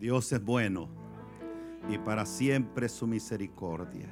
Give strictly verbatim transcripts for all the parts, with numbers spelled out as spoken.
Dios es bueno y para siempre su misericordia.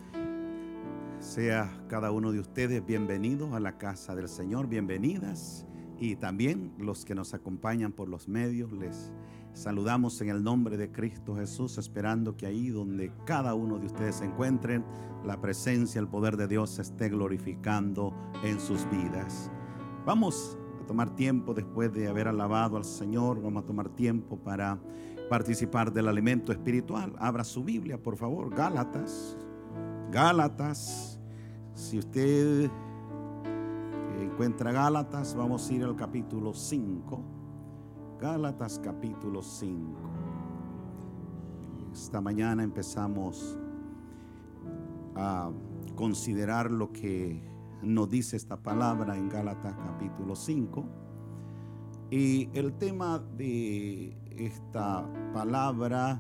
Sea cada uno de ustedes bienvenidos a la casa del Señor, bienvenidas, y también los que nos acompañan por los medios, les saludamos en el nombre de Cristo Jesús, esperando que ahí donde cada uno de ustedes se encuentren, la presencia, el poder de Dios se esté glorificando en sus vidas. Vamos a tomar tiempo después de haber alabado al Señor, vamos a tomar tiempo para participar del alimento espiritual. Abra su Biblia, por favor, Gálatas, Gálatas. Si usted encuentra Gálatas, vamos a ir al capítulo cinco. Gálatas capítulo cinco. Esta mañana empezamos a considerar lo que nos dice esta palabra en Gálatas capítulo cinco. Y el tema de esta palabra,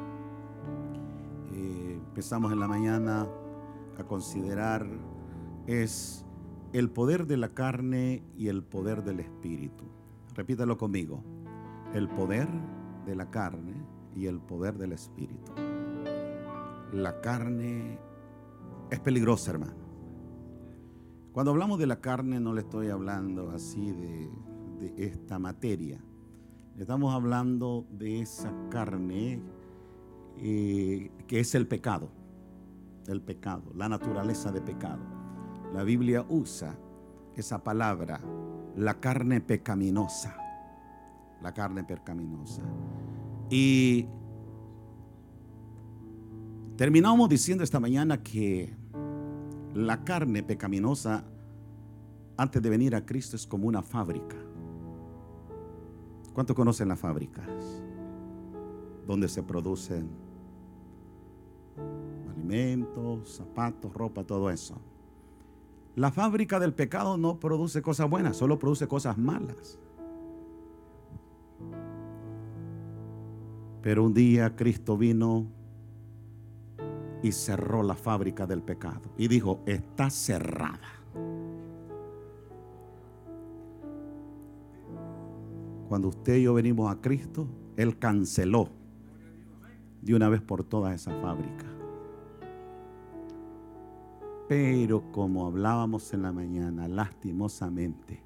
eh, empezamos en la mañana a considerar, es el poder de la carne y el poder del espíritu. Repítalo conmigo: el poder de la carne y el poder del espíritu. La carne es peligrosa, hermano. Cuando hablamos de la carne, no le estoy hablando así de, de esta materia. Estamos hablando de esa carne eh, que es el pecado. El pecado, la naturaleza de pecado. La Biblia usa esa palabra, la carne pecaminosa. La carne pecaminosa. Y terminamos diciendo esta mañana que la carne pecaminosa, antes de venir a Cristo, es como una fábrica. ¿Cuántos conocen las fábricas? Donde se producen alimentos, zapatos, ropa, todo eso. La fábrica del pecado no produce cosas buenas, solo produce cosas malas. Pero un día Cristo vino y cerró la fábrica del pecado y dijo: está cerrada. Cuando usted y yo venimos a Cristo, Él canceló de una vez por todas esa fábrica. Pero como hablábamos en la mañana, lastimosamente,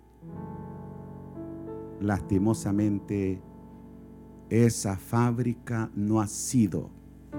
lastimosamente, esa fábrica no ha sido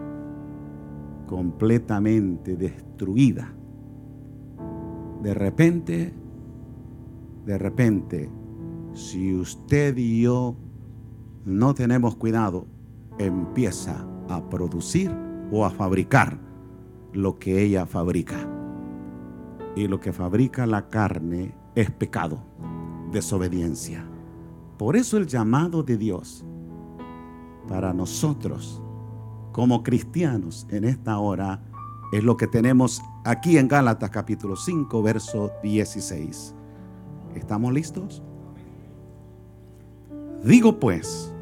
completamente destruida. De repente, de repente, si usted y yo no tenemos cuidado, empieza a producir o a fabricar lo que ella fabrica. Y lo que fabrica la carne es pecado, desobediencia. Por eso el llamado de Dios para nosotros como cristianos en esta hora es lo que tenemos aquí en Gálatas capítulo cinco, verso dieciséis. ¿Estamos listos? Digo pues,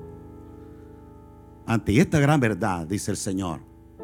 ante esta gran verdad, dice el Señor,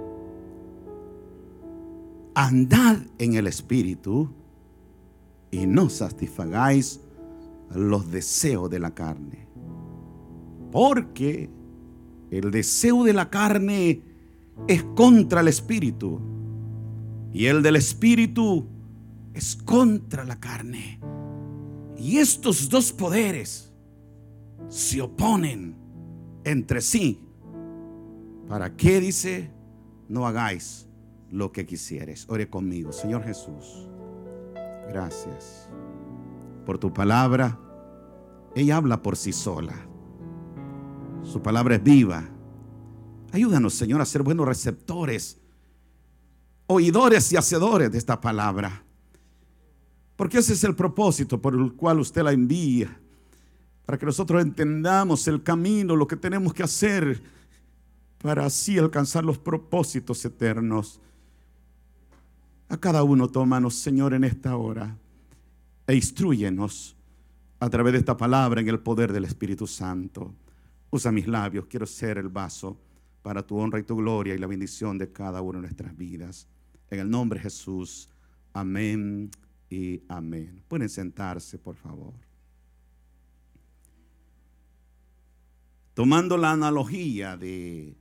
andad en el Espíritu y no satisfagáis los deseos de la carne. Porque el deseo de la carne es contra el Espíritu y el del Espíritu es contra la carne. Y estos dos poderes se oponen entre sí. ¿Para qué? Dice: no hagáis lo que quisieres. Ore conmigo. Señor Jesús, gracias por tu palabra. Ella habla por sí sola. Su palabra es viva. Ayúdanos, Señor, a ser buenos receptores, oidores y hacedores de esta palabra, porque ese es el propósito por el cual usted la envía, para que nosotros entendamos el camino, lo que tenemos que hacer para así alcanzar los propósitos eternos. A cada uno tómanos, Señor, en esta hora e instrúyenos a través de esta palabra en el poder del Espíritu Santo. Usa mis labios, quiero ser el vaso para tu honra y tu gloria y la bendición de cada una de nuestras vidas. En el nombre de Jesús, amén y amén. Pueden sentarse, por favor. tomando la analogía de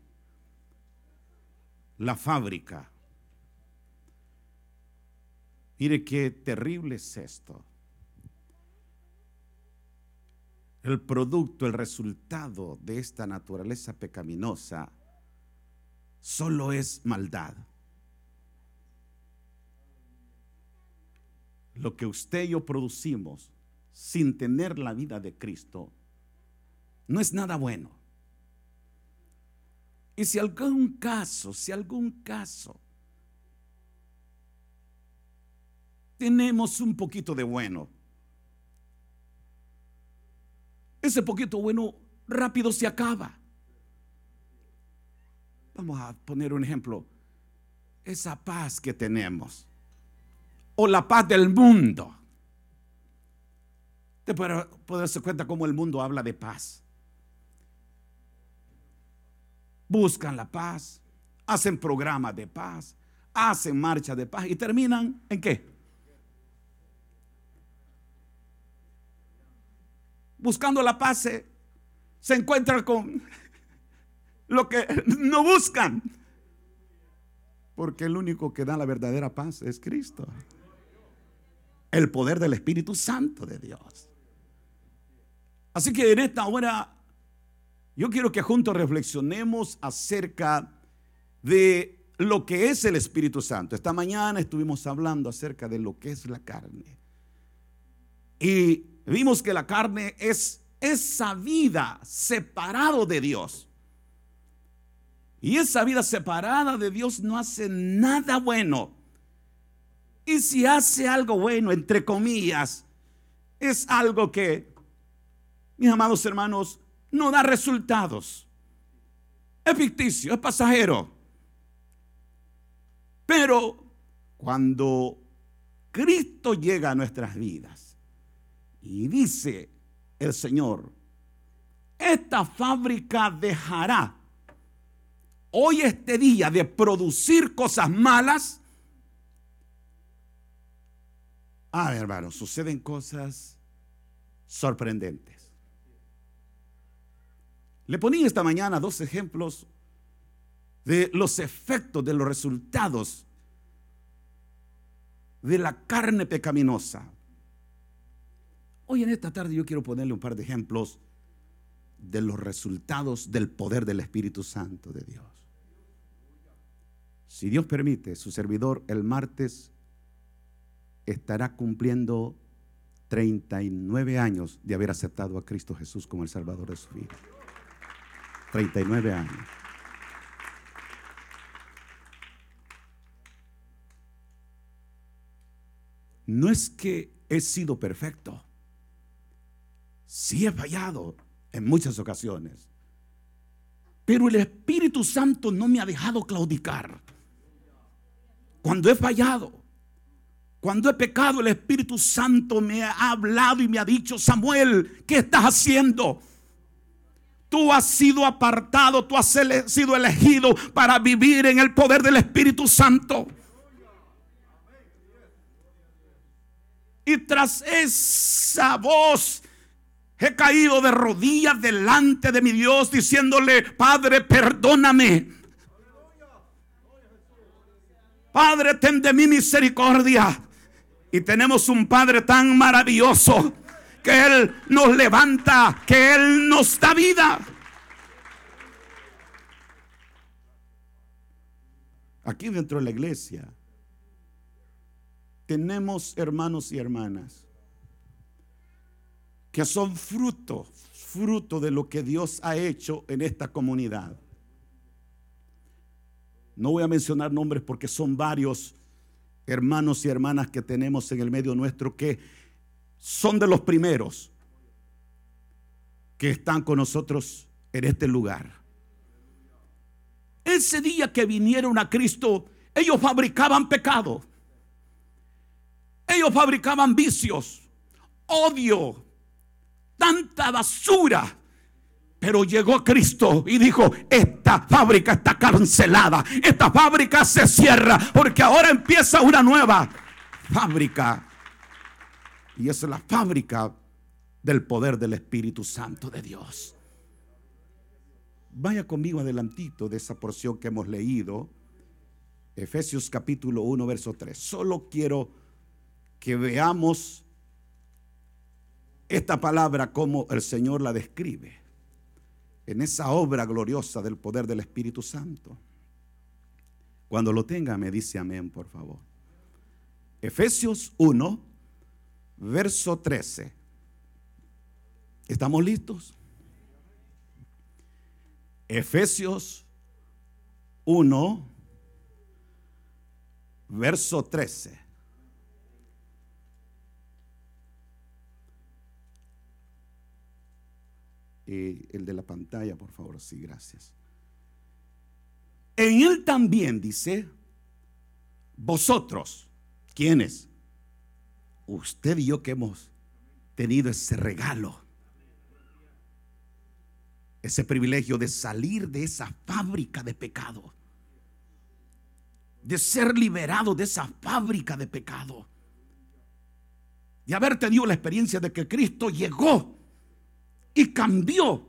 la fábrica. Mire qué terrible es esto. El producto, el resultado de esta naturaleza pecaminosa solo es maldad. Lo que usted y yo producimos sin tener la vida de Cristo no es nada bueno. Y si algún caso, si algún caso tenemos un poquito de bueno, ese poquito bueno rápido se acaba. Vamos a poner un ejemplo. Esa paz que tenemos, o la paz del mundo. Usted puede, puede darse cuenta cómo el mundo habla de paz. Buscan la paz, hacen programas de paz, hacen marchas de paz y terminan ¿en qué? Buscando la paz se, se encuentran con lo que no buscan, porque el único que da la verdadera paz es Cristo, el poder del Espíritu Santo de Dios. Así que en esta hora yo quiero que juntos reflexionemos acerca de lo que es el Espíritu Santo. Esta mañana estuvimos hablando acerca de lo que es la carne. Y vimos que la carne es esa vida separada de Dios. Y esa vida separada de Dios no hace nada bueno. Y si hace algo bueno, entre comillas, es algo que, mis amados hermanos, no da resultados. Es ficticio, es pasajero. Pero cuando Cristo llega a nuestras vidas y dice el Señor, esta fábrica dejará hoy este día de producir cosas malas. Ah, hermanos, suceden cosas sorprendentes. Le ponía esta mañana dos ejemplos de los efectos, de los resultados de la carne pecaminosa. Hoy en esta tarde yo quiero ponerle un par de ejemplos de los resultados del poder del Espíritu Santo de Dios. Si Dios permite, su servidor el martes estará cumpliendo treinta y nueve años de haber aceptado a Cristo Jesús como el Salvador de su vida. treinta y nueve años. No es que he sido perfecto. Sí he fallado en muchas ocasiones. Pero el Espíritu Santo no me ha dejado claudicar. Cuando he fallado, cuando he pecado, el Espíritu Santo me ha hablado y me ha dicho: Samuel, ¿qué estás haciendo? Tú has sido apartado, tú has sido elegido para vivir en el poder del Espíritu Santo. Y tras esa voz he caído de rodillas delante de mi Dios, diciéndole: Padre, perdóname. Padre, ten de mí misericordia. Y tenemos un Padre tan maravilloso que Él nos levanta, que Él nos da vida. Aquí dentro de la iglesia tenemos hermanos y hermanas que son fruto, fruto de lo que Dios ha hecho en esta comunidad. No voy a mencionar nombres porque son varios hermanos y hermanas que tenemos en el medio nuestro que son de los primeros que están con nosotros en este lugar. Ese día que vinieron a Cristo, ellos fabricaban pecado, ellos fabricaban vicios, odio, tanta basura. Pero llegó Cristo y dijo: esta fábrica está cancelada, esta fábrica se cierra, porque ahora empieza una nueva fábrica. Y esa es la fábrica del poder del Espíritu Santo de Dios. Vaya conmigo adelantito de esa porción que hemos leído, Efesios capítulo uno, verso tres. Solo quiero que veamos esta palabra como el Señor la describe en esa obra gloriosa del poder del Espíritu Santo. Cuando lo tenga me dice amén, por favor. Efesios uno, verso trece. ¿Estamos listos? Efesios uno, verso trece. Eh, el de la pantalla, por favor, sí, gracias. En él también dice, vosotros, ¿quiénes? Usted y yo que hemos tenido ese regalo, ese privilegio de salir de esa fábrica de pecado, de ser liberado de esa fábrica de pecado, de haber tenido la experiencia de que Cristo llegó y cambió.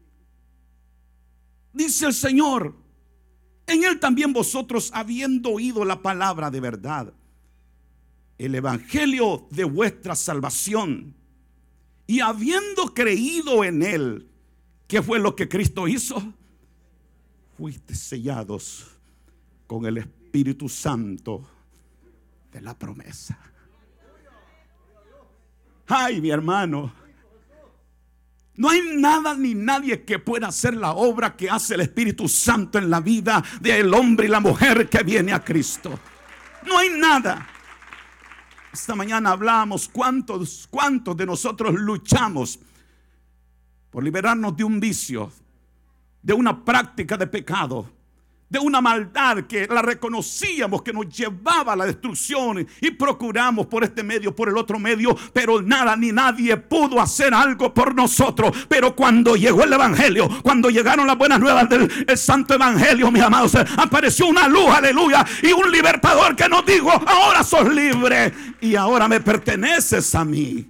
Dice el Señor, en él también vosotros, habiendo oído la palabra de verdad, el evangelio de vuestra salvación, y habiendo creído en él, ¿qué fue lo que Cristo hizo? Fuiste sellados con el Espíritu Santo de la promesa. Ay, mi hermano, no hay nada ni nadie que pueda hacer la obra que hace el Espíritu Santo en la vida del hombre y la mujer que viene a Cristo. No hay nada. Esta mañana hablamos cuántos, cuántos de nosotros luchamos por liberarnos de un vicio, de una práctica de pecado, de una maldad que la reconocíamos que nos llevaba a la destrucción, y procuramos por este medio, por el otro medio, pero nada ni nadie pudo hacer algo por nosotros. Pero cuando llegó el evangelio, cuando llegaron las buenas nuevas del el santo evangelio, mis amados, apareció una luz, aleluya, y un libertador que nos dijo, ahora sos libre y ahora me perteneces a mí.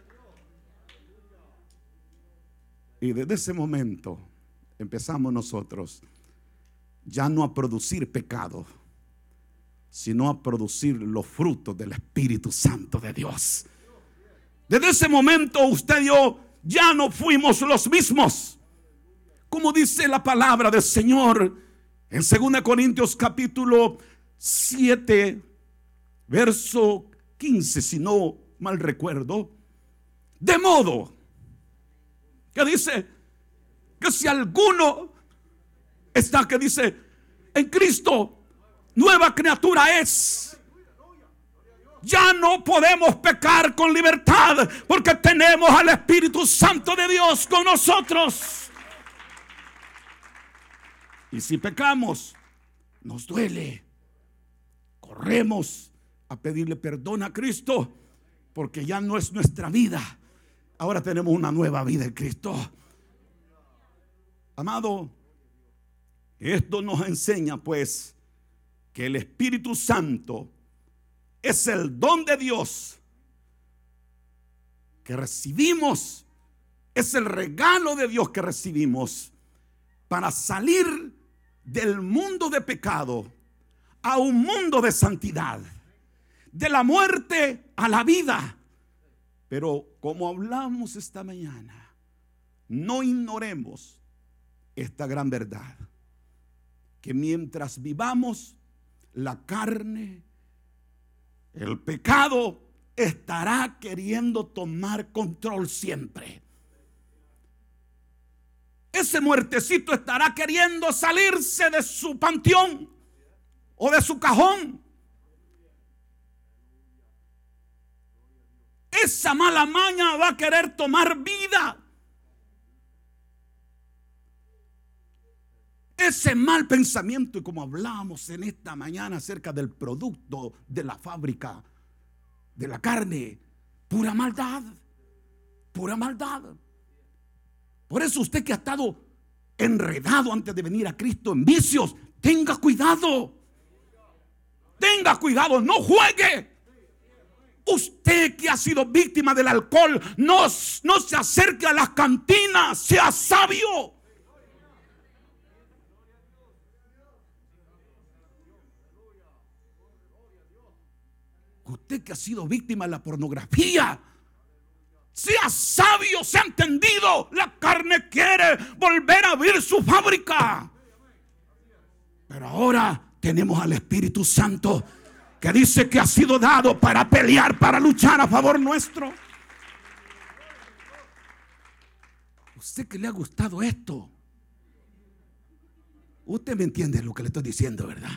Y desde ese momento empezamos nosotros ya no a producir pecado, sino a producir los frutos del Espíritu Santo de Dios. Desde ese momento usted y yo ya no fuimos los mismos. Como dice la palabra del Señor en segunda Corintios capítulo siete, verso quince, si no mal recuerdo. De modo que dice que si alguno está, que dice, en Cristo, nueva criatura es. Ya no podemos pecar con libertad, porque tenemos al Espíritu Santo de Dios con nosotros. Y si pecamos, nos duele. Corremos a pedirle perdón a Cristo, porque ya no es nuestra vida. Ahora tenemos una nueva vida en Cristo. Amado, esto nos enseña pues que el Espíritu Santo es el don de Dios que recibimos, es el regalo de Dios que recibimos para salir del mundo de pecado a un mundo de santidad, de la muerte a la vida. Pero como hablamos esta mañana, no ignoremos esta gran verdad, que mientras vivamos, la carne, el pecado estará queriendo tomar control siempre. Ese muertecito estará queriendo salirse de su panteón o de su cajón. Esa mala maña va a querer tomar vida. Ese mal pensamiento, y como hablamos en esta mañana acerca del producto de la fábrica de la carne, pura maldad, pura maldad. Por eso usted que ha estado enredado antes de venir a Cristo en vicios, tenga cuidado, tenga cuidado, no juegue. Usted que ha sido víctima del alcohol, no, no se acerque a las cantinas, sea sabio. Usted que ha sido víctima de la pornografía, sea sabio, sea entendido. La carne quiere volver a abrir su fábrica. Pero ahora tenemos al Espíritu Santo, que dice que ha sido dado para pelear, para luchar a favor nuestro. ¿Usted que le ha gustado esto? Usted me entiende lo que le estoy diciendo, ¿verdad?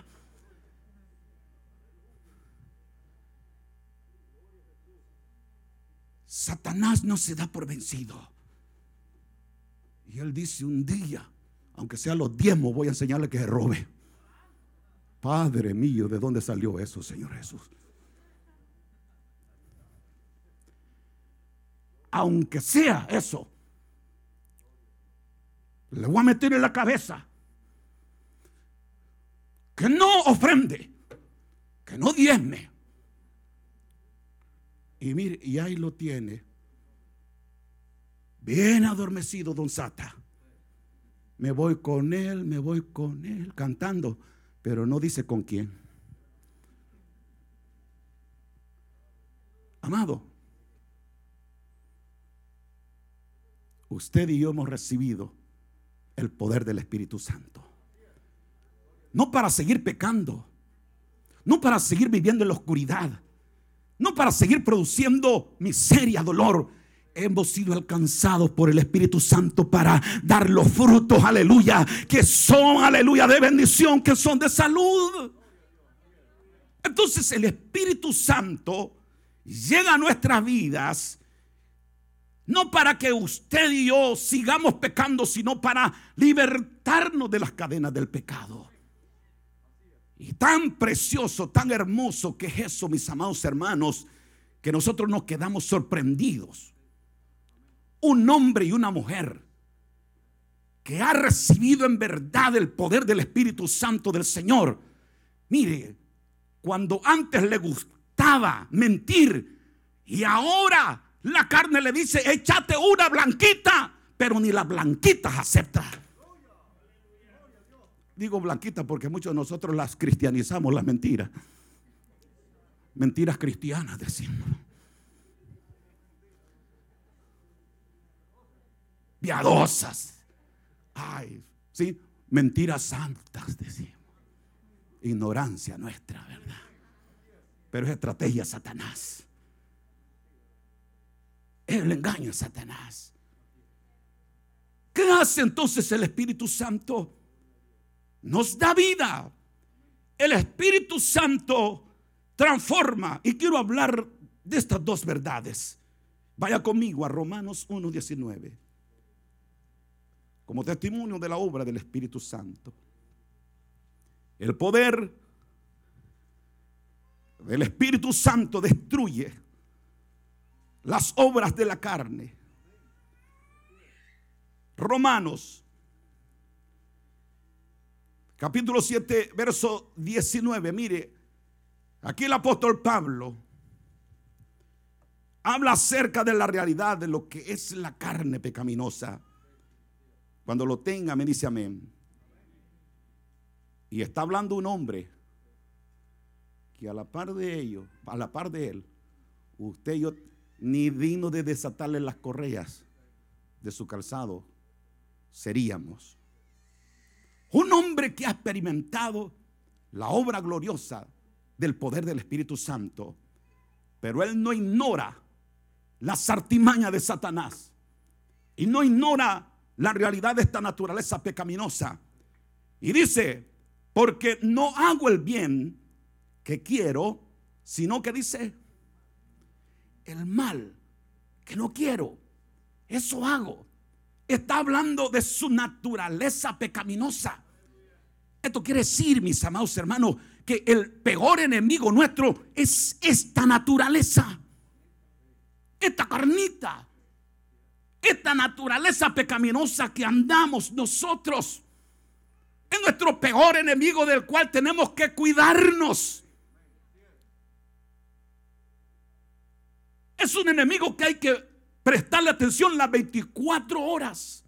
Satanás no se da por vencido. Y él dice: un día, aunque sea los diezmos, voy a enseñarle que se robe. Padre mío, ¿de dónde salió eso, Señor Jesús? Aunque sea eso, le voy a meter en la cabeza que no ofrende, que no diezme. Y mire, y ahí lo tiene, bien adormecido don Sata. Me voy con él, me voy con él, cantando, pero no dice con quién. Amado, usted y yo hemos recibido el poder del Espíritu Santo, no para seguir pecando, no para seguir viviendo en la oscuridad, no para seguir produciendo miseria, dolor. Hemos sido alcanzados por el Espíritu Santo para dar los frutos, aleluya, que son, aleluya, de bendición, que son de salud. Entonces el Espíritu Santo llega a nuestras vidas, no para que usted y yo sigamos pecando, sino para libertarnos de las cadenas del pecado. Y tan precioso, tan hermoso que es eso, mis amados hermanos, que nosotros nos quedamos sorprendidos. Un hombre y una mujer que ha recibido en verdad el poder del Espíritu Santo del Señor. Mire, cuando antes le gustaba mentir y ahora la carne le dice: échate una blanquita, pero ni las blanquitas acepta. Digo blanquita porque muchos de nosotros las cristianizamos, las mentiras. Mentiras cristianas decimos. Piadosas. Ay, sí, mentiras santas decimos. Ignorancia nuestra, ¿verdad? Pero es estrategia de Satanás. Es el engaño de Satanás. ¿Qué hace entonces el Espíritu Santo? Nos da vida. El Espíritu Santo transforma. Y quiero hablar de estas dos verdades. Vaya conmigo a Romanos uno diecinueve. Como testimonio de la obra del Espíritu Santo. El poder del Espíritu Santo destruye las obras de la carne. Romanos capítulo siete, verso diecinueve. Mire, aquí el apóstol Pablo habla acerca de la realidad de lo que es la carne pecaminosa. Cuando lo tenga, me dice amén. Y está hablando un hombre que a la par de ellos, a la par de él, usted y yo, ni digno de desatarle las correas de su calzado seríamos. Un hombre que ha experimentado la obra gloriosa del poder del Espíritu Santo, pero él no ignora las artimañas de Satanás y no ignora la realidad de esta naturaleza pecaminosa. Y dice: porque no hago el bien que quiero, sino que dice el mal que no quiero, eso hago. Está hablando de su naturaleza pecaminosa. Esto quiere decir, mis amados hermanos, que el peor enemigo nuestro es esta naturaleza, esta carnita, esta naturaleza pecaminosa que andamos nosotros. Es nuestro peor enemigo, del cual tenemos que cuidarnos. Es un enemigo que hay que prestarle atención las veinticuatro horas.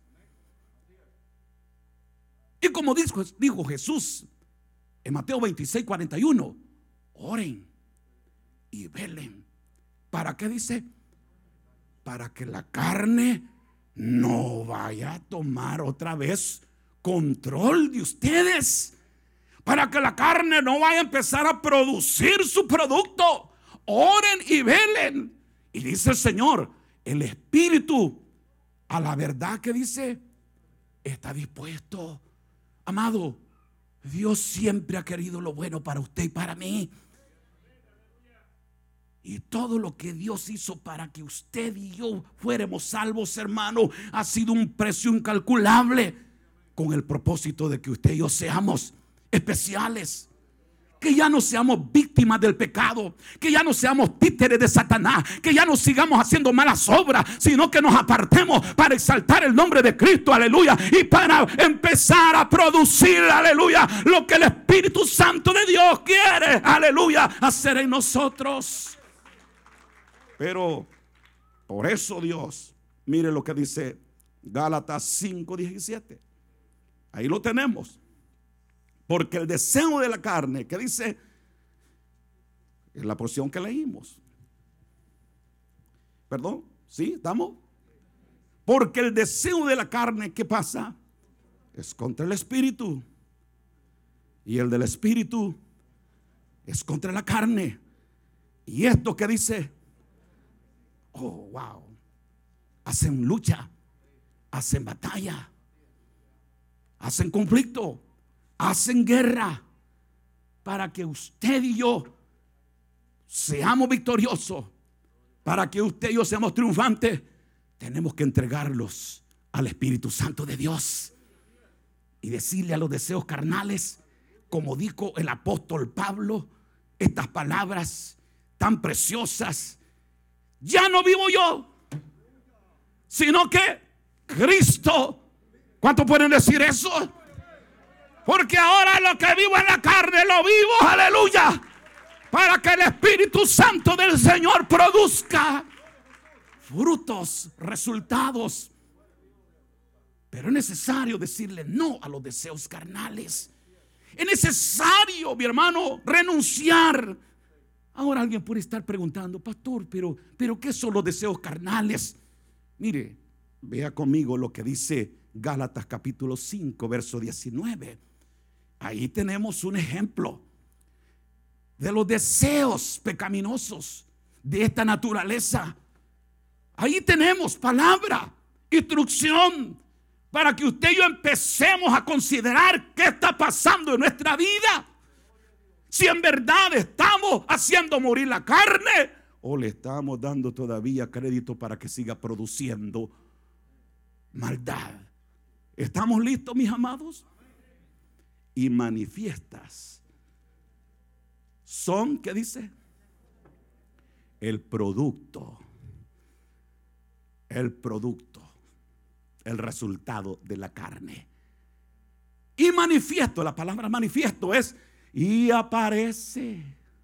Y como dijo, dijo Jesús en Mateo veintiséis, cuarenta y uno: oren y velen. ¿Para qué dice? Para que la carne no vaya a tomar otra vez control de ustedes. Para que la carne no vaya a empezar a producir su producto. Oren y velen. Y dice el Señor, el espíritu a la verdad que dice está dispuesto. Amado, Dios siempre ha querido lo bueno para usted y para mí. Y todo lo que Dios hizo para que usted y yo fuéramos salvos, hermano, ha sido un precio incalculable, con el propósito de que usted y yo seamos especiales. Que ya no seamos víctimas del pecado, que ya no seamos títeres de Satanás, que ya no sigamos haciendo malas obras, sino que nos apartemos para exaltar el nombre de Cristo, aleluya, y para empezar a producir, aleluya, lo que el Espíritu Santo de Dios quiere, aleluya, hacer en nosotros. Pero por eso Dios, mire lo que dice Gálatas cinco diecisiete. Ahí lo tenemos. Porque el deseo de la carne, que dice en la porción que leímos. Perdón, ¿sí? ¿Estamos? Porque el deseo de la carne, ¿qué pasa? Es contra el espíritu. Y el del espíritu es contra la carne. Y esto que dice, oh, wow, hacen lucha, hacen batalla, hacen conflicto, hacen guerra para que usted y yo seamos victoriosos, para que usted y yo seamos triunfantes. Tenemos que entregarlos al Espíritu Santo de Dios y decirle a los deseos carnales, como dijo el apóstol Pablo, estas palabras tan preciosas: ya no vivo yo, sino que Cristo. ¿Cuántos pueden decir eso? Porque ahora lo que vivo en la carne lo vivo, aleluya, para que el Espíritu Santo del Señor produzca frutos, resultados. Pero es necesario decirle no a los deseos carnales. Es necesario, mi hermano, renunciar. Ahora alguien puede estar preguntando, pastor, pero, pero ¿qué son los deseos carnales? Mire, vea conmigo lo que dice Gálatas capítulo cinco, verso diecinueve. Ahí tenemos un ejemplo de los deseos pecaminosos de esta naturaleza. Ahí tenemos palabra, instrucción, para que usted y yo empecemos a considerar qué está pasando en nuestra vida. Si en verdad estamos haciendo morir la carne o le estamos dando todavía crédito para que siga produciendo maldad. ¿Estamos listos, mis amados? Y manifiestas son, ¿qué dice? El producto, el producto, el resultado de la carne. Y manifiesto, la palabra manifiesto es y aparece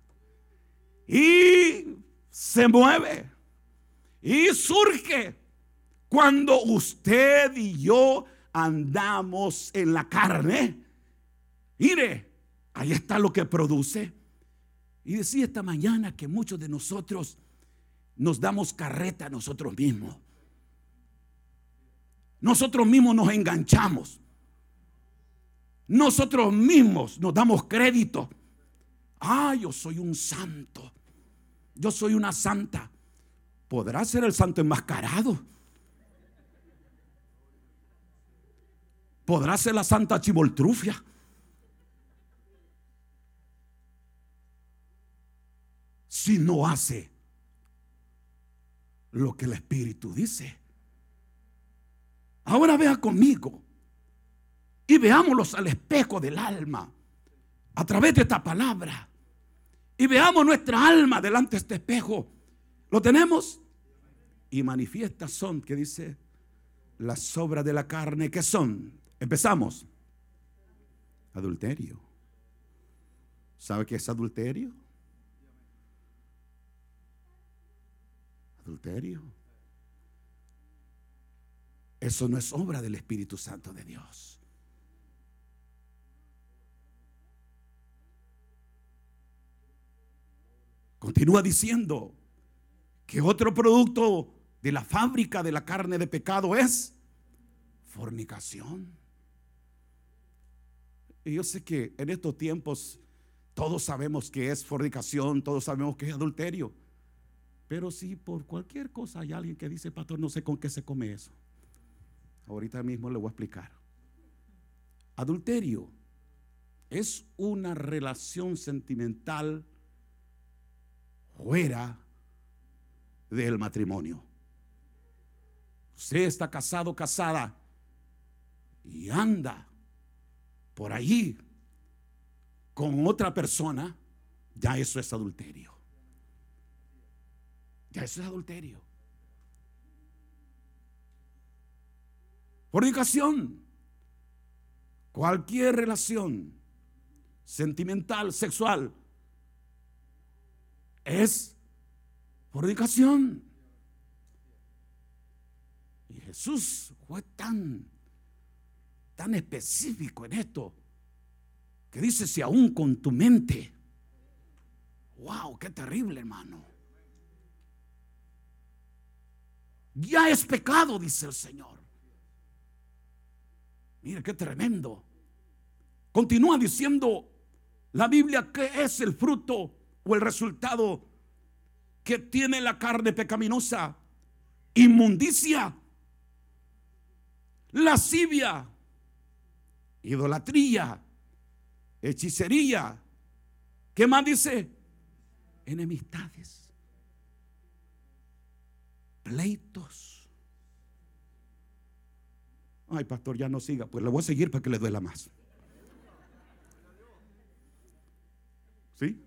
y se mueve y surge cuando usted y yo andamos en la carne. Mire, ahí está lo que produce. Y decía esta mañana que muchos de nosotros nos damos carreta a nosotros mismos. Nosotros mismos nos enganchamos. Nosotros mismos nos damos crédito. Ah, yo soy un santo. Yo soy una santa. ¿Podrá ser el santo enmascarado? ¿Podrá ser la santa chivoltrufia? Si no hace lo que el Espíritu dice. Ahora vea conmigo y veámoslos al espejo del alma a través de esta palabra. Y veamos nuestra alma delante de este espejo. ¿Lo tenemos? Y manifiestas son, que dice, las obras de la carne, que son. Empezamos. Adulterio. ¿Sabe qué es adulterio? Adulterio. Eso no es obra del Espíritu Santo de Dios. Continúa diciendo que otro producto de la fábrica de la carne de pecado es fornicación. Y yo sé que en estos tiempos todos sabemos que es fornicación, todos sabemos que es adulterio. Pero si por cualquier cosa hay alguien que dice: pastor, no sé con qué se come eso, ahorita mismo le voy a explicar. Adulterio es una relación sentimental fuera del matrimonio. Usted está casado o casada y anda por allí con otra persona, ya eso es adulterio. Ya eso es adulterio. Fornicación, cualquier relación sentimental, sexual, es fornicación. Y Jesús fue tan, tan específico en esto, que dice: si aún con tu mente. Wow, qué terrible, hermano. Ya es pecado, dice el Señor. Mire qué tremendo. Continúa diciendo la Biblia que es el fruto o el resultado que tiene la carne pecaminosa: inmundicia, lascivia, idolatría, hechicería. ¿Qué más dice? Enemistades, pleitos. Ay, pastor, ya no siga. Pues le voy a seguir para que le duela más. ¿Sí?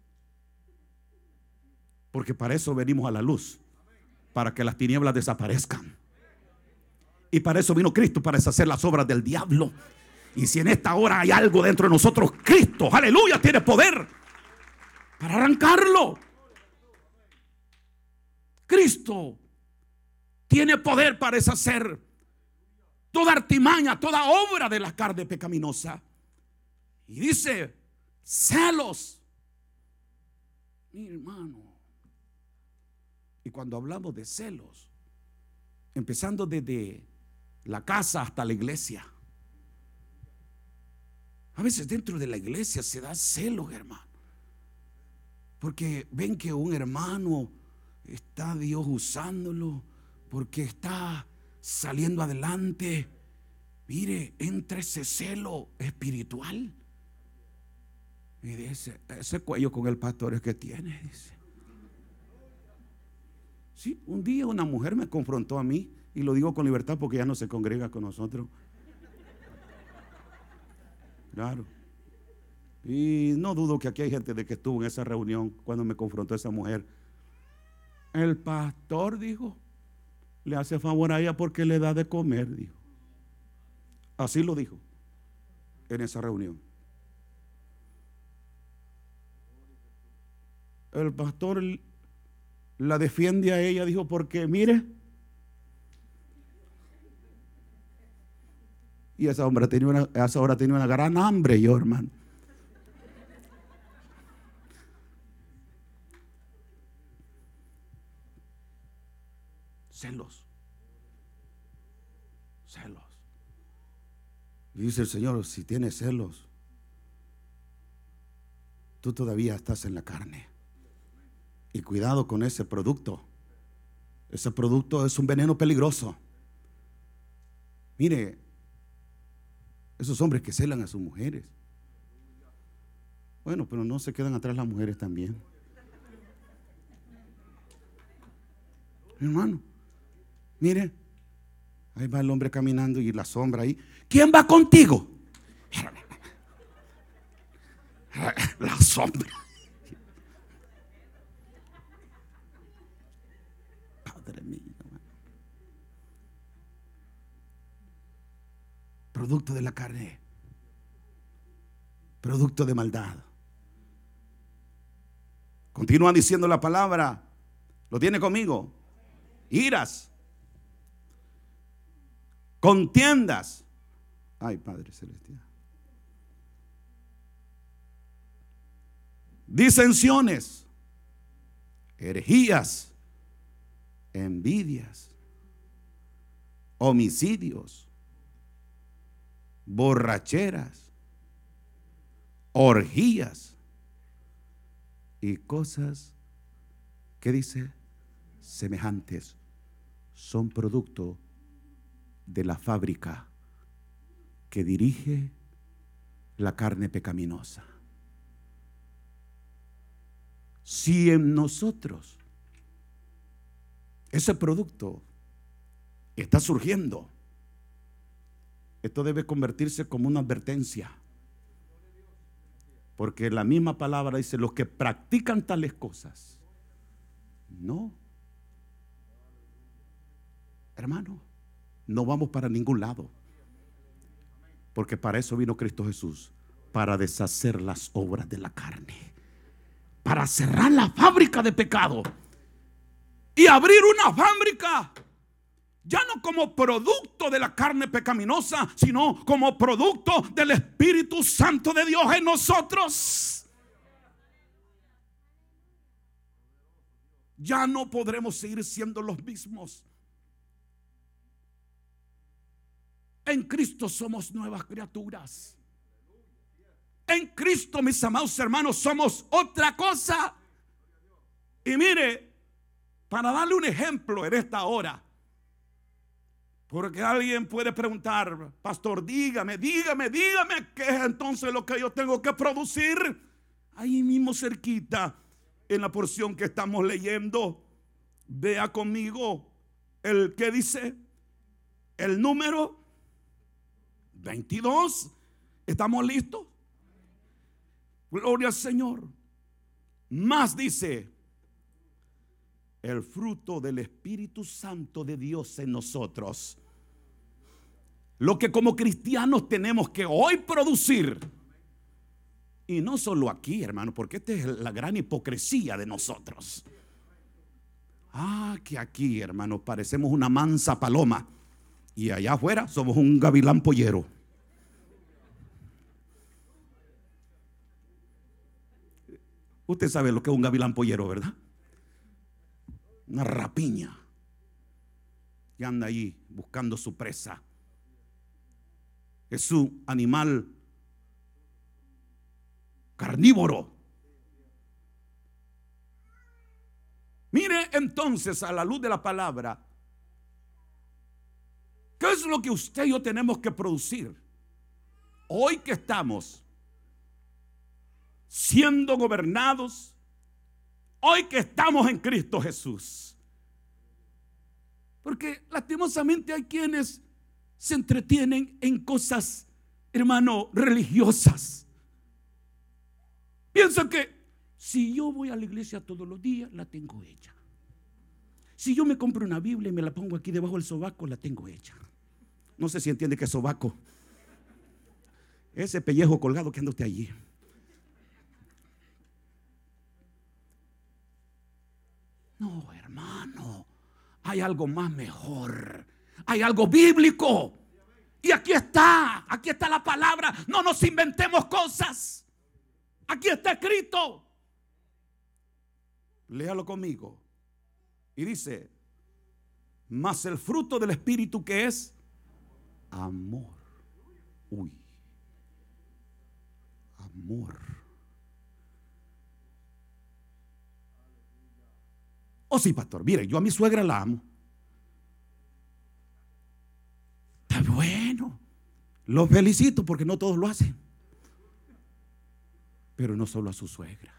Porque para eso venimos a la luz, para que las tinieblas desaparezcan. Y para eso vino Cristo, para deshacer las obras del diablo. Y si en esta hora hay algo dentro de nosotros, Cristo, aleluya, tiene poder para arrancarlo. Cristo tiene poder para deshacer toda artimaña, toda obra de la carne pecaminosa. Y dice: celos. Mi hermano. Y cuando hablamos de celos, empezando desde la casa hasta la iglesia, a veces dentro de la iglesia se da celos, hermano, porque ven que un hermano está Dios usándolo, porque está saliendo adelante. Mire, entra ese celo espiritual. Y dice: ese cuello con el pastor es que tiene, dice. Sí, un día una mujer me confrontó a mí, y lo digo con libertad porque ya no se congrega con nosotros. Claro. Y no dudo que aquí hay gente de que estuvo en esa reunión cuando me confrontó esa mujer. El pastor, dijo, le hace favor a ella porque le da de comer, dijo. Así lo dijo en esa reunión. El pastor la defiende a ella, dijo, porque mire, y esa hombre tenía una, esa hora tenía una gran hambre, yo, hermano. Celos. Celos. Y dice el Señor: si tienes celos, tú todavía estás en la carne. Y cuidado con ese producto. Ese producto es un veneno peligroso. Mire, esos hombres que celan a sus mujeres. Bueno, pero no se quedan atrás las mujeres también. Hermano, mire, ahí va el hombre caminando y la sombra ahí. ¿Quién va contigo? La sombra. Padre mío. Producto de la carne, producto de maldad. Continúa diciendo la palabra. ¿Lo tiene conmigo? Iras, contiendas. Ay, Padre celestial. Disensiones, herejías, envidias, homicidios, borracheras, orgías y cosas que dice semejantes, son producto de la fábrica que dirige la carne pecaminosa. Si en nosotros ese producto está surgiendo, esto debe convertirse como una advertencia, porque la misma palabra dice: los que practican tales cosas, no, hermano, no vamos para ningún lado, porque para eso vino Cristo Jesús, para deshacer las obras de la carne, para cerrar la fábrica de pecado y abrir una fábrica ya no como producto de la carne pecaminosa, sino como producto del Espíritu Santo de Dios en nosotros. Ya no podremos seguir siendo los mismos. En Cristo somos nuevas criaturas. En Cristo, mis amados hermanos, somos otra cosa. Y mire, para darle un ejemplo en esta hora, porque alguien puede preguntar: pastor, dígame, dígame, dígame qué es entonces lo que yo tengo que producir. Ahí mismo cerquita, en la porción que estamos leyendo, vea conmigo el que dice el número veintidós. ¿Estamos listos? Gloria al Señor. Más dice: el fruto del Espíritu Santo de Dios en nosotros. Lo que como cristianos tenemos que hoy producir. Y no solo aquí, hermano, porque esta es la gran hipocresía de nosotros. Ah, que aquí, hermano, parecemos una mansa paloma, y allá afuera somos un gavilán pollero. Usted sabe lo que es un gavilán pollero, ¿verdad? Una rapiña que anda ahí buscando su presa. Es su animal carnívoro. Mire entonces, a la luz de la palabra, ¿qué es lo que usted y yo tenemos que producir hoy que estamos siendo gobernados, hoy que estamos en Cristo Jesús? Porque lastimosamente hay quienes se entretienen en cosas, hermano, religiosas. Piensan que si yo voy a la iglesia todos los días, la tengo hecha. Si yo me compro una Biblia y me la pongo aquí debajo del sobaco, la tengo hecha. No sé si entiende que es sobaco. Ese pellejo colgado que anda usted allí. No, hermano, hay algo más mejor. Hay algo bíblico. Y aquí está, aquí está la palabra. No nos inventemos cosas. Aquí está escrito. Léalo conmigo. Y dice: mas el fruto del Espíritu, que es amor. Uy, amor. Oh sí, pastor, mire, yo a mi suegra la amo. Está bueno, lo felicito porque no todos lo hacen. Pero no solo a su suegra,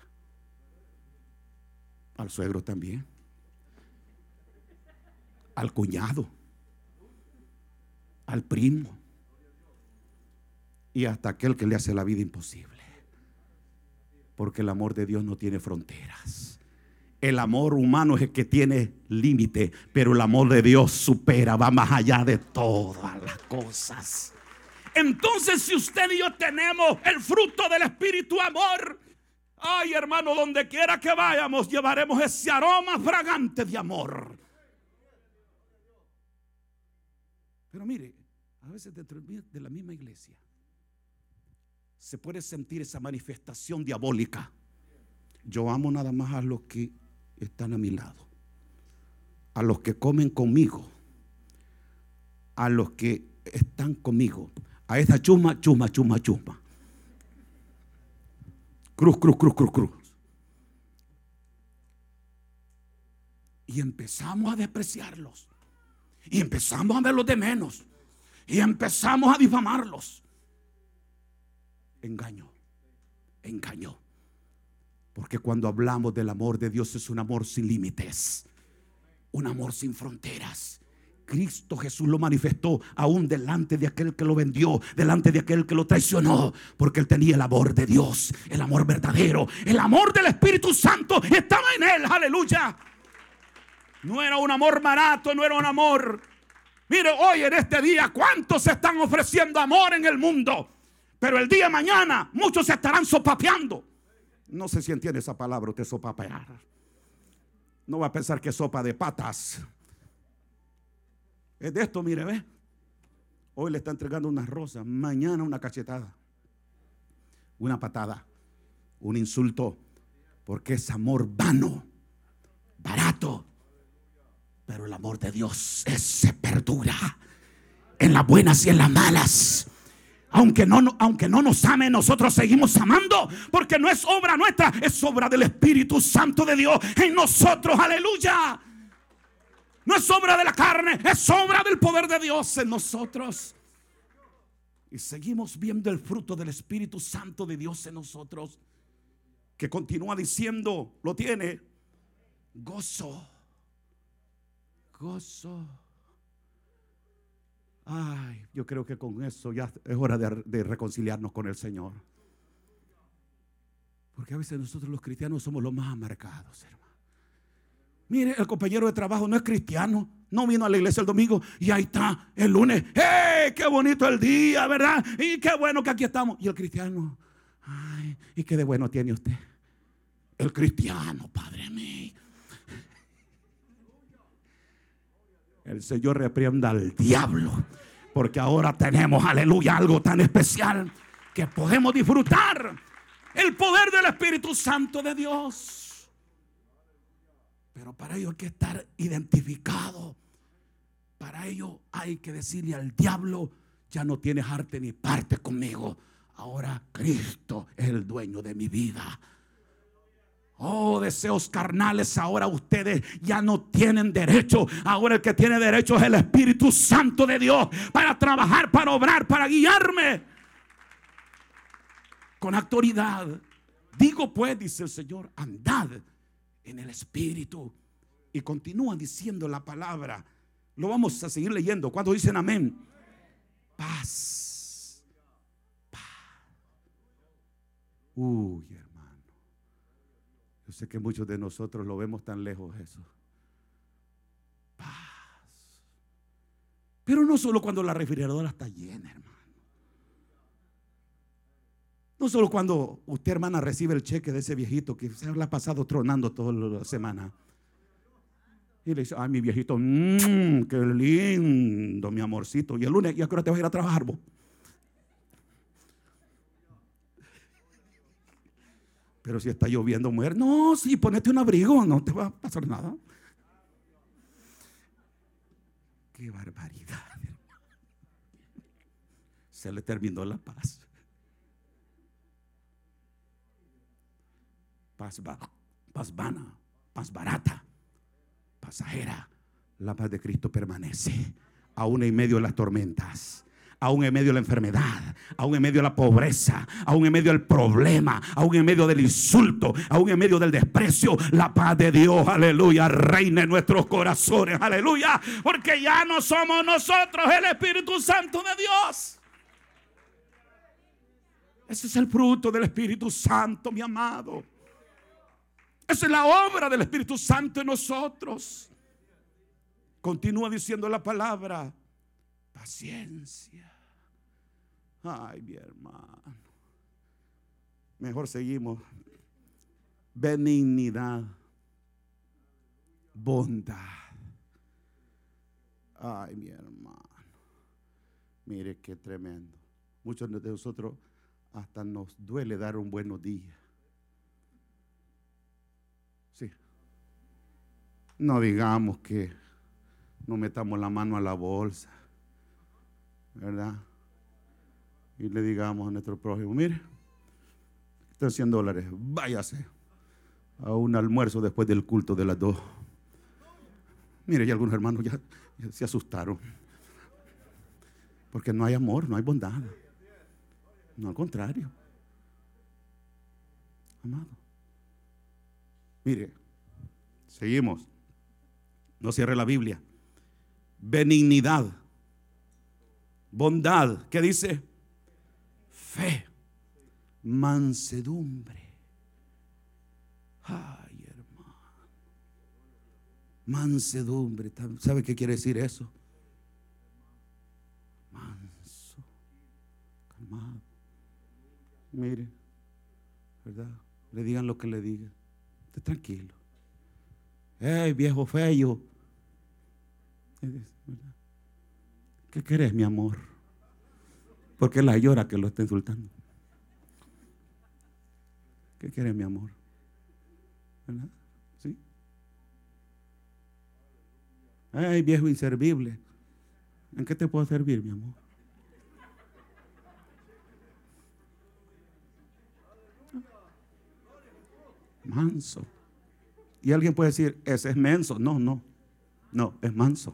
al suegro también, al cuñado, al primo y hasta aquel que le hace la vida imposible. Porque el amor de Dios no tiene fronteras. El amor humano es el que tiene límite, pero el amor de Dios supera, va más allá de todas las cosas. Entonces, si usted y yo tenemos el fruto del Espíritu, amor, ay, hermano, donde quiera que vayamos, llevaremos ese aroma fragante de amor. Pero mire, a veces dentro de la misma iglesia se puede sentir esa manifestación diabólica. Yo amo nada más a los que están a mi lado. A los que comen conmigo, a los que están conmigo, a esa chusma, chusma, chusma, chusma. Cruz, cruz, cruz, cruz, cruz. Y empezamos a despreciarlos. Y empezamos a verlos de menos. Y empezamos a difamarlos. Engaño, engaño. Porque cuando hablamos del amor de Dios es un amor sin límites, un amor sin fronteras. Cristo Jesús lo manifestó aún delante de aquel que lo vendió, delante de aquel que lo traicionó, porque él tenía el amor de Dios, el amor verdadero, el amor del Espíritu Santo estaba en él. Aleluya. No era un amor barato, no era un amor. Mire, hoy en este día, ¿cuántos se están ofreciendo amor en el mundo? Pero el día de mañana muchos se estarán sopapeando. No sé si entiende esa palabra, usted sopapear. No va a pensar que es sopa de patas. Es de esto, mire, ve. Hoy le está entregando unas rosas, mañana una cachetada, una patada, un insulto, porque es amor vano, barato. Pero el amor de Dios es, se perdura en las buenas y en las malas. Aunque no, aunque no nos ame, nosotros seguimos amando, porque no es obra nuestra, es obra del Espíritu Santo de Dios en nosotros. Aleluya. No es obra de la carne, es obra del poder de Dios en nosotros. Y seguimos viendo el fruto del Espíritu Santo de Dios en nosotros, que continúa diciendo, lo tiene, gozo, gozo. Ay, yo creo que con eso ya es hora de, de reconciliarnos con el Señor. Porque a veces nosotros los cristianos somos los más amargados, hermano. Mire, el compañero de trabajo no es cristiano, no vino a la iglesia el domingo y ahí está el lunes. ¡Hey! ¡Qué bonito el día!, ¿verdad? Y qué bueno que aquí estamos. Y el cristiano, ay, ¿y qué de bueno tiene usted? El cristiano, Padre mío. El Señor reprenda al diablo, porque ahora tenemos, aleluya, algo tan especial que podemos disfrutar el poder del Espíritu Santo de Dios. Pero para ello hay que estar identificado. Para ello hay que decirle al diablo, ya no tienes arte ni parte conmigo. Ahora Cristo es el dueño de mi vida. Oh, deseos carnales, ahora ustedes ya no tienen derecho. Ahora el que tiene derecho es el Espíritu Santo de Dios para trabajar, para obrar, para guiarme con autoridad. Digo pues, dice el Señor, andad en el Espíritu. Y continúa diciendo la palabra. Lo vamos a seguir leyendo. ¿Cuántos dicen amén? Paz. Paz. Uy, hermano. Yo sé que muchos de nosotros lo vemos tan lejos eso. Paz. Pero no solo cuando la refrigeradora está llena, hermano. No solo cuando usted, hermana, recibe el cheque de ese viejito que se le ha pasado tronando toda la semana. Y le dice, ay, mi viejito, mmm, qué lindo, mi amorcito. Y el lunes, ¿y a qué hora te vas a ir a trabajar vos? Pero si está lloviendo, mujer, no, sí, ponete un abrigo, no te va a pasar nada. Qué barbaridad. Se le terminó la paz. Paz, paz vana, paz barata, pasajera. La paz de Cristo permanece aún en medio de las tormentas, aún en medio de la enfermedad, aún en medio de la pobreza, aún en medio del problema, aún en medio del insulto, aún en medio del desprecio. La paz de Dios, aleluya, reina en nuestros corazones, aleluya, porque ya no somos nosotros, el Espíritu Santo de Dios. Ese es el fruto del Espíritu Santo, mi amado. Esa es la obra del Espíritu Santo en nosotros. Continúa diciendo la palabra, paciencia. Ay, mi hermano. Mejor seguimos. Benignidad, bondad. Ay, mi hermano. Mire qué tremendo. Muchos de nosotros hasta nos duele dar un buenos días. Sí. No digamos que no metamos la mano a la bolsa, ¿verdad? Y le digamos a nuestro prójimo: mire, están cien dólares, váyase a un almuerzo después del culto de las dos. Mire, y algunos hermanos ya, ya se asustaron, porque no hay amor, no hay bondad. No, al contrario. Amado, mire, seguimos. No cierre la Biblia. Benignidad, bondad, ¿qué dice? Fe, mansedumbre. Ay, hermano, mansedumbre. ¿Sabe qué quiere decir eso? Manso, calmado. Mire, ¿verdad? Le digan lo que le digan, esté tranquilo. ¡Ey, viejo feo! ¿Qué querés, mi amor? Porque la llora que lo está insultando. ¿Qué querés, mi amor? ¿Verdad? ¿Sí? ¡Ey, viejo inservible! ¿En qué te puedo servir, mi amor? Manso. Y alguien puede decir: ese es menso. No, no, no, es manso.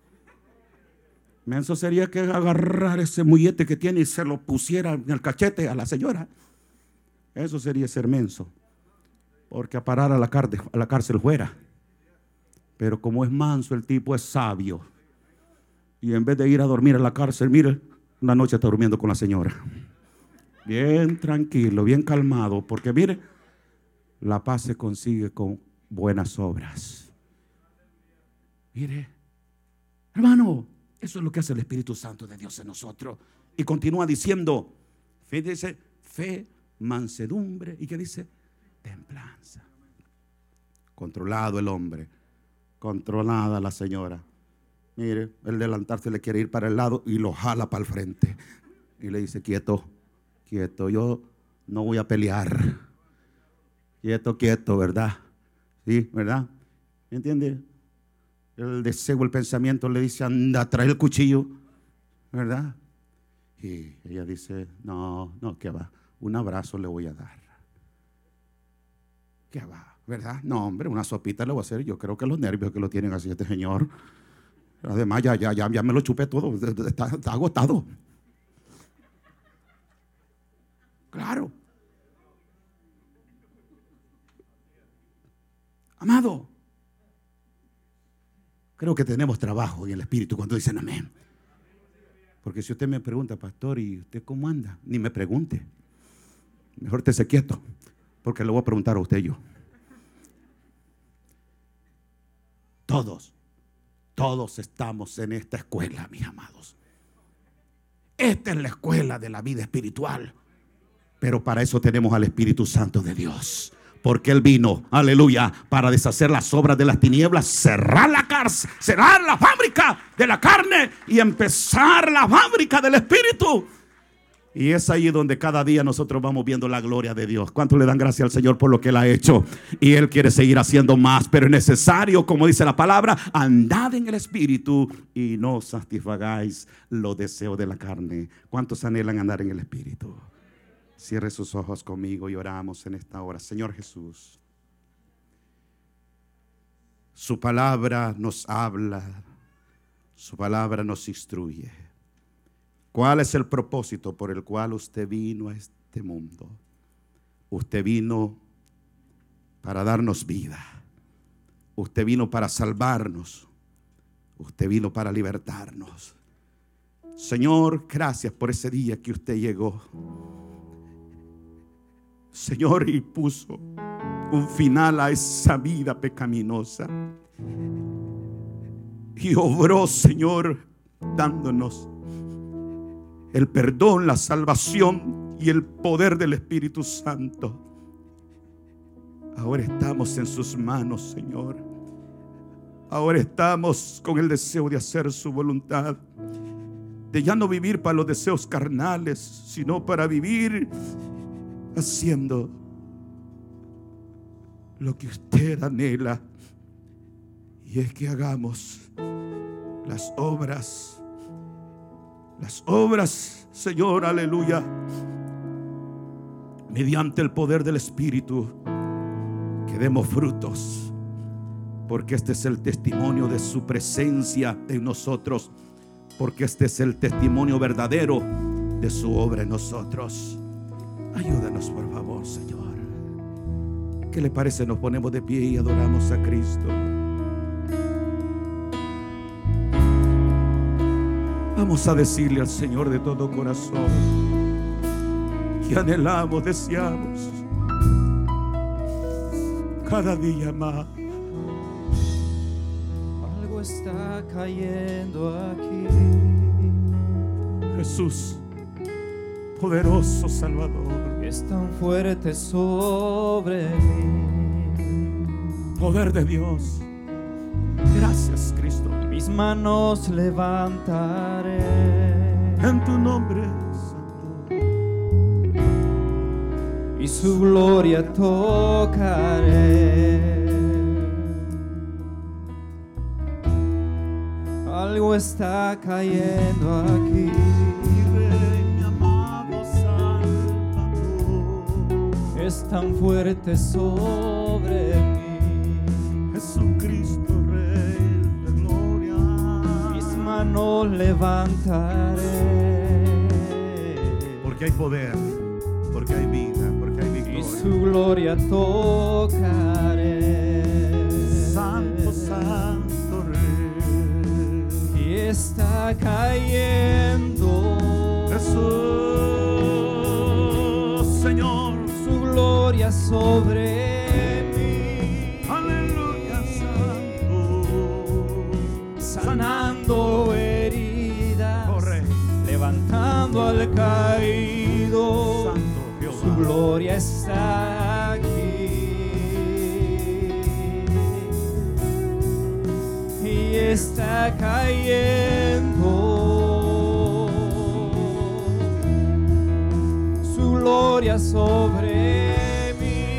Menso sería que agarrar ese mullete que tiene y se lo pusiera en el cachete a la señora. Eso sería ser menso, porque a parar a la, cárcel, a la cárcel fuera. Pero como es manso, el tipo es sabio, y en vez de ir a dormir a la cárcel, mire, una noche está durmiendo con la señora, bien tranquilo, bien calmado, porque mire, la paz se consigue con buenas obras. Mire, hermano, eso es lo que hace el Espíritu Santo de Dios en nosotros. Y continúa diciendo, fe, dice, fe, mansedumbre, ¿y qué dice? Templanza. Controlado el hombre, controlada la señora. Mire, el delantarse le quiere ir para el lado y lo jala para el frente y le dice: quieto, quieto, yo no voy a pelear. Quieto, quieto, ¿verdad? Sí, ¿verdad? ¿Me entiende? El deseo, el pensamiento le dice: anda, trae el cuchillo, ¿verdad? Y ella dice: no, no, ¿qué va? Un abrazo le voy a dar. ¿Qué va? ¿Verdad? No, hombre, una sopita le voy a hacer. Yo creo que los nervios que lo tienen así este señor. Además, ya, ya, ya, ya me lo chupé todo. Está, está agotado. Claro. Amado, creo que tenemos trabajo en el Espíritu cuando dicen amén. Porque si usted me pregunta: pastor, ¿y usted cómo anda? Ni me pregunte. Mejor te esté quieto, porque le voy a preguntar a usted yo. Todos, todos estamos en esta escuela, mis amados. Esta es la escuela de la vida espiritual. Pero para eso tenemos al Espíritu Santo de Dios. Porque Él vino, aleluya, para deshacer las obras de las tinieblas, cerrar la cárcel, cerrar la fábrica de la carne y empezar la fábrica del Espíritu. Y es ahí donde cada día nosotros vamos viendo la gloria de Dios. ¿Cuánto le dan gracias al Señor por lo que Él ha hecho? Y Él quiere seguir haciendo más, pero es necesario, como dice la palabra, andad en el Espíritu y no satisfagáis los deseos de la carne. ¿Cuántos anhelan andar en el Espíritu? Cierre sus ojos conmigo y oramos en esta hora. Señor Jesús, su palabra nos habla, su palabra nos instruye. ¿Cuál es el propósito por el cual usted vino a este mundo? Usted vino para darnos vida. Usted vino para salvarnos. Usted vino para libertarnos. Señor, gracias por ese día que usted llegó, Señor, y puso un final a esa vida pecaminosa. Y obró, Señor, dándonos el perdón, la salvación y el poder del Espíritu Santo. Ahora estamos en sus manos, Señor. Ahora estamos con el deseo de hacer su voluntad, de ya no vivir para los deseos carnales, sino para vivir haciendo lo que usted anhela. Y es que hagamos las obras, las obras, Señor, aleluya, mediante el poder del Espíritu, que demos frutos, porque este es el testimonio de su presencia en nosotros, porque este es el testimonio verdadero de su obra en nosotros. Ayúdanos, por favor, Señor. ¿Qué le parece? Nos ponemos de pie y adoramos a Cristo. Vamos a decirle al Señor de todo corazón que anhelamos, deseamos cada día más. Algo está cayendo aquí. Jesús, poderoso Salvador, Es tan fuerte sobre mí. poder de Dios. Gracias, Cristo. Mis manos levantaré En tu nombre santo, y su gloria tocaré. Algo está cayendo aquí. mi Rey, mi amado Salvador. Es tan fuerte sobre mí. Jesucristo, Rey de gloria. Mis manos levantaré Porque hay poder, porque hay vida, porque hay y victoria. su gloria tocaré. Santo, santo Rey. Y está cayendo Jesús, Señor. su gloria sobre mí, Aleluya, santo. sanando heridas, Oh, Rey. levantando al caído. Santo Jehová. Su gloria está aquí y está cayendo su gloria sobre mí,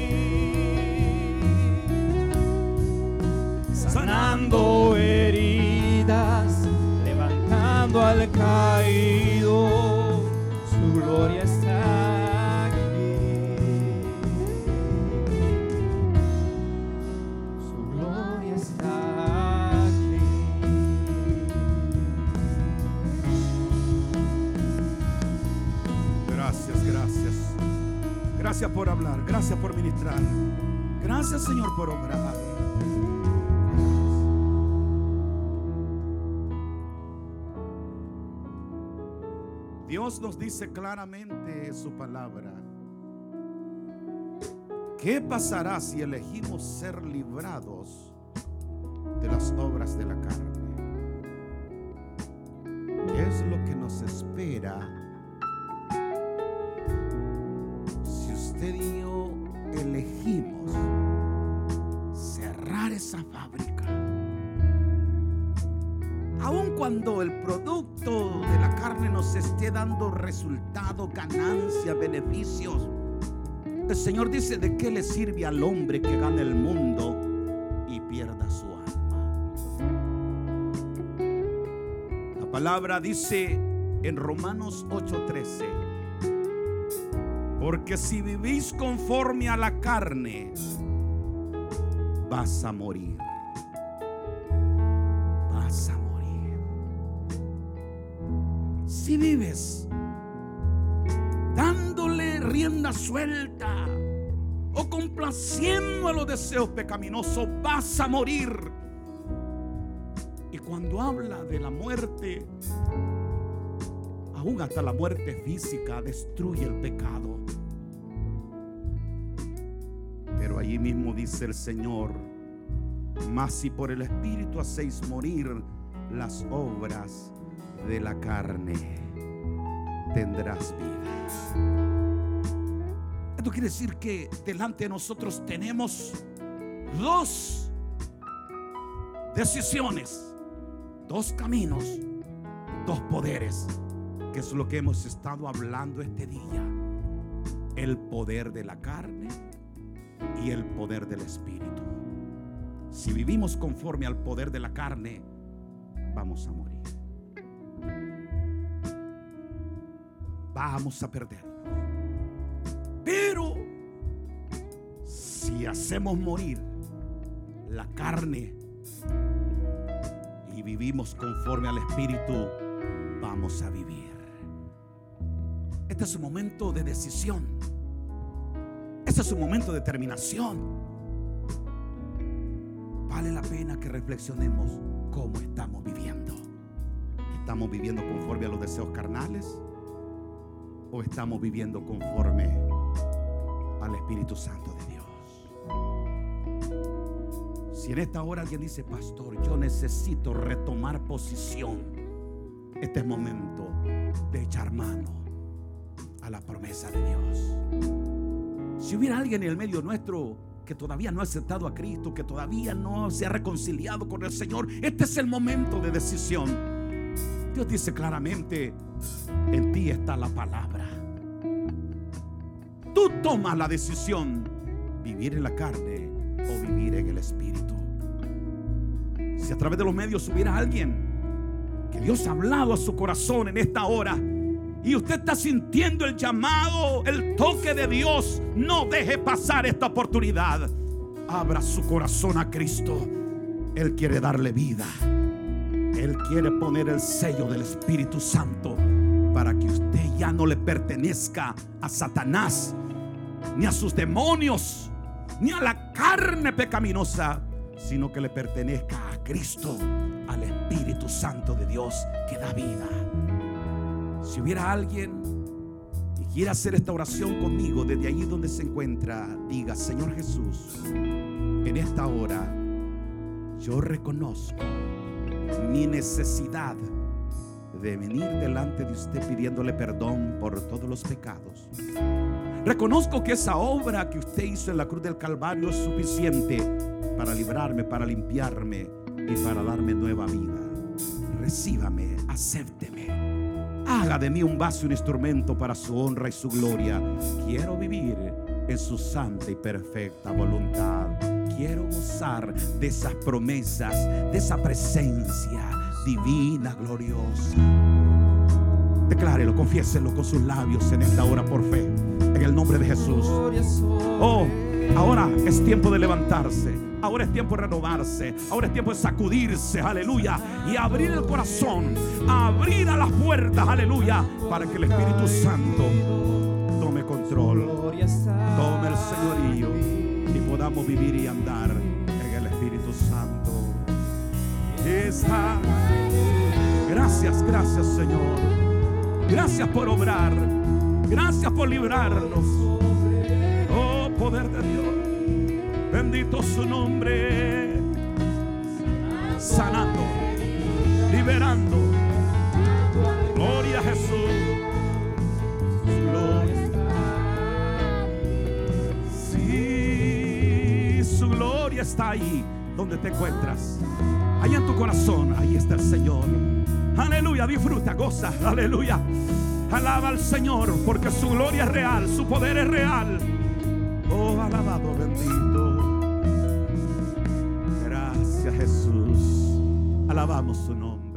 sanando heridas, levantando al caído. Su gloria está aquí, su gloria está aquí. Gracias, gracias. Gracias por hablar, gracias por ministrar. Gracias, Señor, por obrar. Dios nos dice claramente en su palabra: ¿qué pasará si elegimos ser librados de las obras de la carne? ¿Qué es lo que nos espera si usted y yo elegimos cerrar esa fábrica? Aun cuando el producto de la carne nos esté dando resultados, ganancias, beneficios, el Señor dice: ¿de qué le sirve al hombre que gane el mundo y pierda su alma? La palabra dice en Romanos ocho trece: porque si vivís conforme a la carne, vas a morir. Vas a morir. Si vives dándole rienda suelta o complaciendo a los deseos pecaminosos, vas a morir. Y cuando habla de la muerte, aún hasta la muerte física destruye el pecado. Pero allí mismo dice el Señor: mas si por el Espíritu hacéis morir las obras de la carne, tendrás vida. Esto quiere decir que delante de nosotros tenemos dos decisiones, dos caminos, dos poderes, que es lo que hemos estado hablando este día: el poder de la carne y el poder del Espíritu. Si vivimos conforme al poder de la carne, vamos a morir. Vamos a perdernos. Pero si hacemos morir la carne y vivimos conforme al Espíritu, vamos a vivir. Este es un momento de decisión. Este es un momento de determinación. Vale la pena que reflexionemos cómo estamos viviendo. ¿Estamos viviendo conforme a los deseos carnales o estamos viviendo conforme al Espíritu Santo de Dios? Si en esta hora alguien dice: pastor, yo necesito retomar posición, este es momento de echar mano a la promesa de Dios. Si hubiera alguien en el medio nuestro que todavía no ha aceptado a Cristo, que todavía no se ha reconciliado con el Señor, este es el momento de decisión. Dios dice claramente: en ti está la palabra. Tú tomas la decisión, vivir en la carne o vivir en el Espíritu. Si a través de los medios hubiera alguien que Dios ha hablado a su corazón en esta hora y usted está sintiendo el llamado, el toque de Dios, no deje pasar esta oportunidad. Abra su corazón a Cristo. Él quiere darle vida. Él quiere poner el sello del Espíritu Santo para que usted ya no le pertenezca a Satanás, ni a sus demonios, ni a la carne pecaminosa, sino que le pertenezca a Cristo, al Espíritu Santo de Dios que da vida. Si hubiera alguien y quiere hacer esta oración conmigo desde allí donde se encuentra, diga: Señor Jesús, en esta hora yo reconozco mi necesidad de venir delante de usted pidiéndole perdón por todos los pecados. Reconozco que esa obra que usted hizo en la cruz del Calvario es suficiente para librarme, para limpiarme y para darme nueva vida. Recíbame, acépteme. Haga de mí un vaso, un instrumento para su honra y su gloria. Quiero vivir en su santa y perfecta voluntad. Quiero gozar de esas promesas, de esa presencia divina, gloriosa. Declárelo, confiéselo con sus labios en esta hora por fe, en el nombre de Jesús. Oh, ahora es tiempo de levantarse. Ahora es tiempo de renovarse. Ahora es tiempo de sacudirse, aleluya, y abrir el corazón, abrir a las puertas, aleluya, para que el Espíritu Santo tome control, tome el señorío y podamos vivir y andar en el Espíritu Santo. Está. Gracias, gracias, Señor. Gracias por obrar. Gracias por librarnos. Oh, poder de Dios. Bendito su nombre. Sanando, liberando. Gloria a Jesús. Gloria. Sí, su gloria está ahí donde te encuentras. Ahí en tu corazón, ahí está el Señor. Aleluya, disfruta, goza, aleluya. Alaba al Señor porque su gloria es real, su poder es real. Oh, alabado, bendito. Gracias, Jesús. Alabamos su nombre.